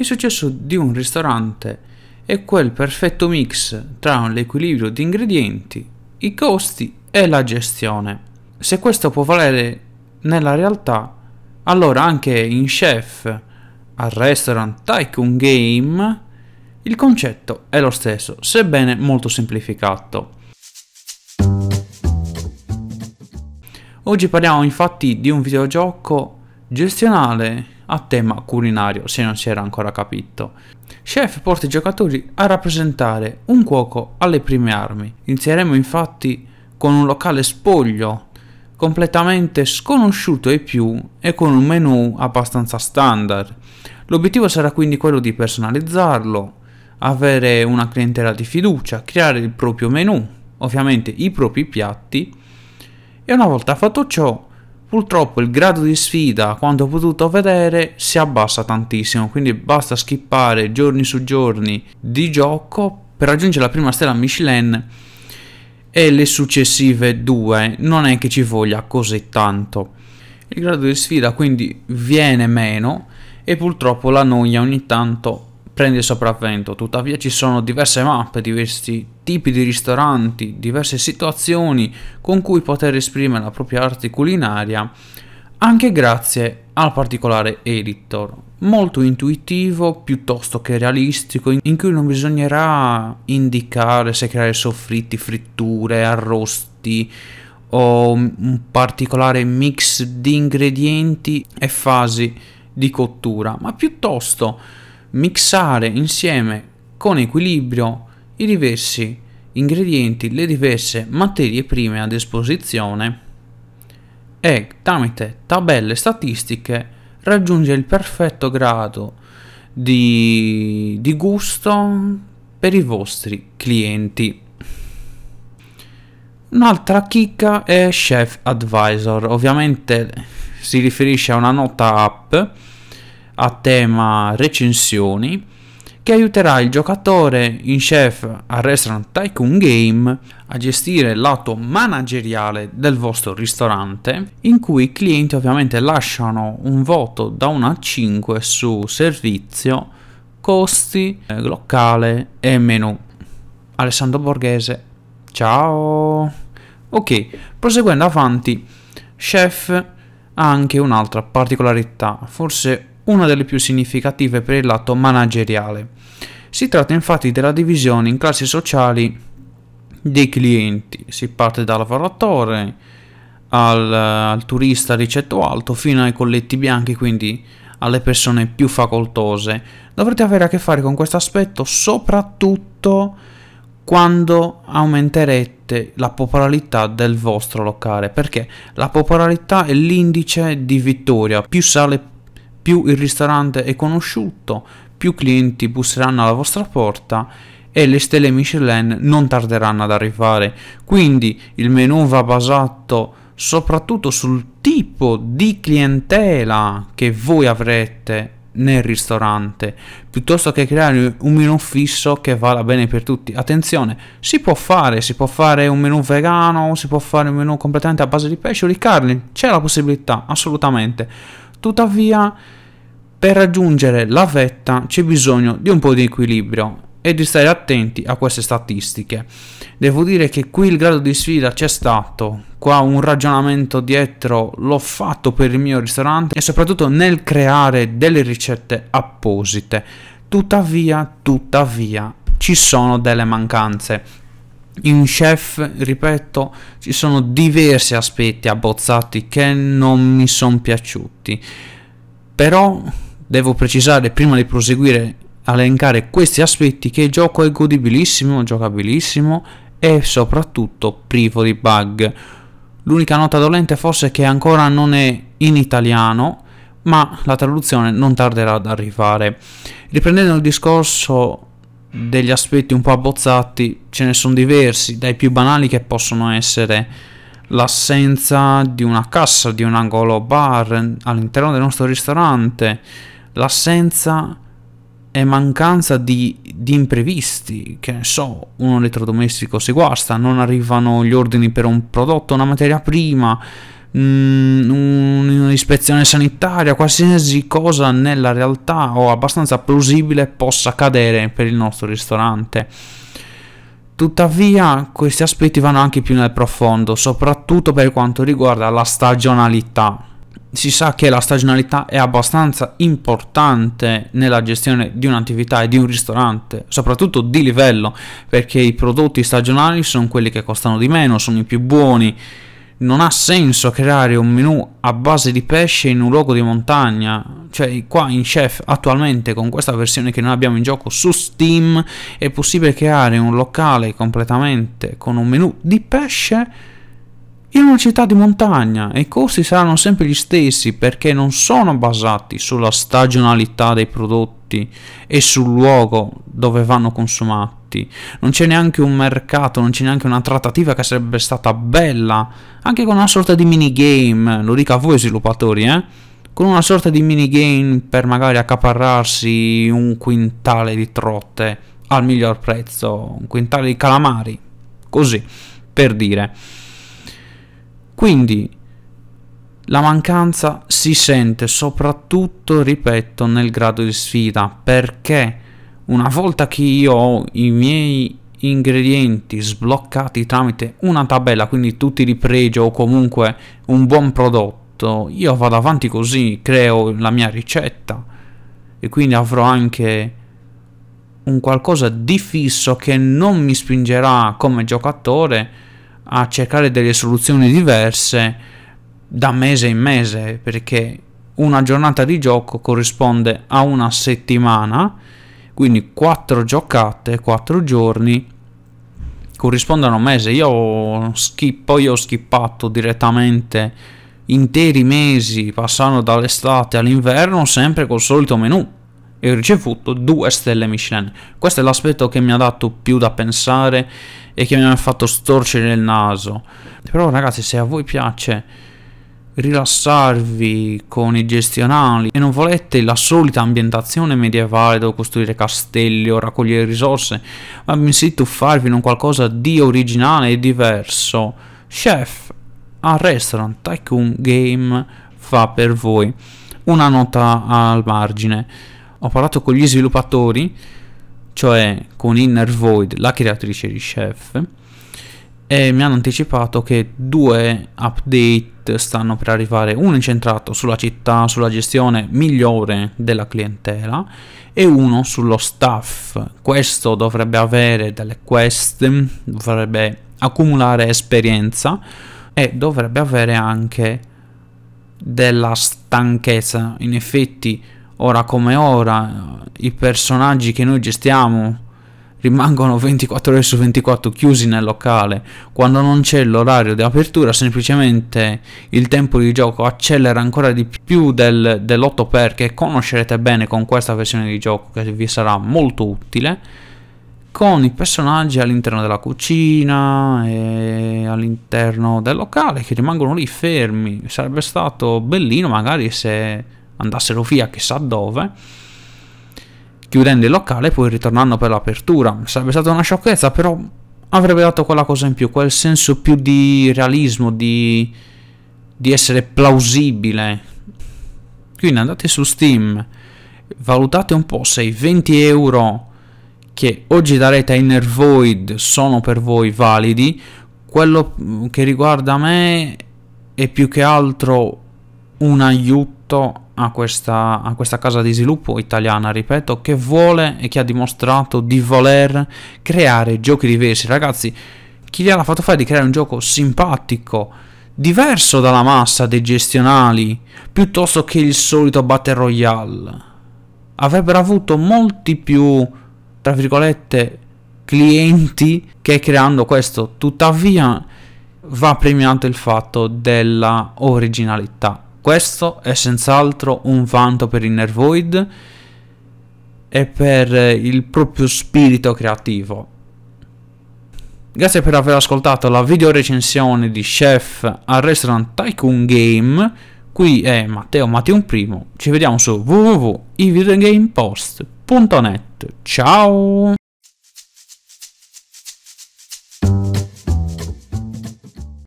Il successo di un ristorante è quel perfetto mix tra l'equilibrio di ingredienti, i costi e la gestione. Se questo può valere nella realtà, allora anche in Chef al Restaurant Tycoon Game il concetto è lo stesso, sebbene molto semplificato. Oggi parliamo infatti di un videogioco gestionale a tema culinario, se non si era ancora capito. Chef porta i giocatori a rappresentare un cuoco alle prime armi. Inizieremo infatti con un locale spoglio, completamente sconosciuto ai più e con un menu abbastanza standard. L'obiettivo sarà quindi quello di personalizzarlo, avere una clientela di fiducia, creare il proprio menu, ovviamente i propri piatti, e una volta fatto ciò, purtroppo il grado di sfida, a quanto ho potuto vedere, si abbassa tantissimo, quindi basta skippare giorni su giorni di gioco per raggiungere la prima stella Michelin e le successive 2, non è che ci voglia così tanto. Il grado di sfida quindi viene meno e purtroppo la noia ogni tanto prende il sopravvento. Tuttavia ci sono diverse mappe, diversi tipi di ristoranti, diverse situazioni con cui poter esprimere la propria arte culinaria, anche grazie al particolare editor, molto intuitivo piuttosto che realistico, in cui non bisognerà indicare se creare soffritti, fritture, arrosti o un particolare mix di ingredienti e fasi di cottura, ma piuttosto mixare insieme con equilibrio i diversi ingredienti, le diverse materie prime a disposizione e tramite tabelle statistiche raggiungere il perfetto grado di gusto per i vostri clienti. Un'altra chicca è Chef Advisor, ovviamente si riferisce a una nota app a tema recensioni che aiuterà il giocatore in Chef al Restaurant Tycoon Game a gestire il lato manageriale del vostro ristorante, in cui i clienti ovviamente lasciano un voto da 1 a 5 su servizio, costi, locale e menu. Alessandro Borghese, ciao! Ok, proseguendo avanti, Chef ha anche un'altra particolarità, forse una delle più significative per il lato manageriale. Si tratta infatti della divisione in classi sociali dei clienti. Si parte dal lavoratore al turista ricetto alto fino ai colletti bianchi, quindi alle persone più facoltose. Dovrete avere a che fare con questo aspetto soprattutto quando aumenterete la popolarità del vostro locale, perché la popolarità è l'indice di vittoria. Più sale, più il ristorante è conosciuto, più clienti busseranno alla vostra porta e le stelle Michelin non tarderanno ad arrivare. Quindi il menù va basato soprattutto sul tipo di clientela che voi avrete nel ristorante, piuttosto che creare un menù fisso che vada bene per tutti. Attenzione, si può fare un menù vegano, si può fare un menù completamente a base di pesce o di carne, c'è la possibilità, assolutamente. Tuttavia, per raggiungere la vetta c'è bisogno di un po' di equilibrio e di stare attenti a queste statistiche. Devo dire che qui il grado di sfida c'è stato, qua un ragionamento dietro l'ho fatto per il mio ristorante e soprattutto nel creare delle ricette apposite. Tuttavia, ci sono delle mancanze. In Chef, ripeto, ci sono diversi aspetti abbozzati che non mi sono piaciuti. Però devo precisare prima di proseguire a elencare questi aspetti che il gioco è godibilissimo, giocabilissimo e soprattutto privo di bug. L'unica nota dolente forse è che ancora non è in italiano, ma la traduzione non tarderà ad arrivare. Riprendendo il discorso degli aspetti un po' abbozzati, ce ne sono diversi, dai più banali che possono essere l'assenza di una cassa, di un angolo bar all'interno del nostro ristorante, l'assenza e mancanza di imprevisti, che ne so, un elettrodomestico si guasta, non arrivano gli ordini per un prodotto, una materia prima, una ispezione sanitaria, qualsiasi cosa nella realtà o abbastanza plausibile possa accadere per il nostro ristorante. Tuttavia, questi aspetti vanno anche più nel profondo, soprattutto per quanto riguarda la stagionalità. Si sa che la stagionalità è abbastanza importante nella gestione di un'attività e di un ristorante, soprattutto di livello, perché i prodotti stagionali sono quelli che costano di meno, sono i più buoni. Non ha senso creare un menù a base di pesce in un luogo di montagna. Cioè, qua in Chef attualmente, con questa versione che noi abbiamo in gioco su Steam, è possibile creare un locale completamente con un menù di pesce in una città di montagna, e i costi saranno sempre gli stessi perché non sono basati sulla stagionalità dei prodotti e sul luogo dove vanno consumati. Non c'è neanche un mercato, non c'è neanche una trattativa che sarebbe stata bella, anche con una sorta di minigame, lo dico a voi sviluppatori, con una sorta di minigame per magari accaparrarsi un quintale di trote al miglior prezzo, un quintale di calamari, così, per dire. Quindi la mancanza si sente soprattutto, ripeto, nel grado di sfida, perché una volta che io ho i miei ingredienti sbloccati tramite una tabella, quindi tutti di pregio o comunque un buon prodotto, io vado avanti così, creo la mia ricetta e quindi avrò anche un qualcosa di fisso che non mi spingerà come giocatore a cercare delle soluzioni diverse da mese in mese, perché una giornata di gioco corrisponde a una settimana, quindi 4 giocate, 4 giorni corrispondono a un mese. Io ho skippato direttamente interi mesi, passando dall'estate all'inverno, sempre col solito menù, e ho ricevuto 2 stelle Michelin. Questo è l'aspetto che mi ha dato più da pensare e che mi ha fatto storcere il naso. Però ragazzi, se a voi piace rilassarvi con i gestionali e non volete la solita ambientazione medievale dove costruire castelli o raccogliere risorse, ma bensì tuffarvi in un qualcosa di originale e diverso, Chef a Restaurant Tycoon Game fa per voi. Una nota al margine: ho parlato con gli sviluppatori, cioè con Inner Void, la creatrice di Chef, e mi hanno anticipato che 2 update stanno per arrivare, uno incentrato sulla città, sulla gestione migliore della clientela, e uno sullo staff. Questo dovrebbe avere delle quest, dovrebbe accumulare esperienza e dovrebbe avere anche della stanchezza. In effetti, ora come ora, i personaggi che noi gestiamo rimangono 24 ore su 24 chiusi nel locale. Quando non c'è l'orario di apertura, semplicemente il tempo di gioco accelera ancora di più dell'8x, che conoscerete bene con questa versione di gioco, che vi sarà molto utile, con i personaggi all'interno della cucina e all'interno del locale che rimangono lì fermi. Sarebbe stato bellino magari se andassero via chissà dove, chiudendo il locale e poi ritornando per l'apertura. Sarebbe stata una sciocchezza, però avrebbe dato quella cosa in più, quel senso più di realismo, di essere plausibile. Quindi andate su Steam, valutate un po' se i 20 euro che oggi darete a Inner Void sono per voi validi. Quello che riguarda me è più che altro un aiuto a questa casa di sviluppo italiana, ripeto, che vuole e che ha dimostrato di voler creare giochi diversi. Ragazzi, chi gliel'ha fatto fare di creare un gioco simpatico, diverso dalla massa dei gestionali, piuttosto che il solito Battle Royale? Avrebbero avuto molti più, tra virgolette, clienti che creando questo. Tuttavia va premiato il fatto della originalità. Questo è senz'altro un vanto per Inner Void e per il proprio spirito creativo. Grazie per aver ascoltato la video recensione di Chef al Restaurant Tycoon Game. Qui è Matteo Primo. Ci vediamo su www.ivideogamepost.net. Ciao!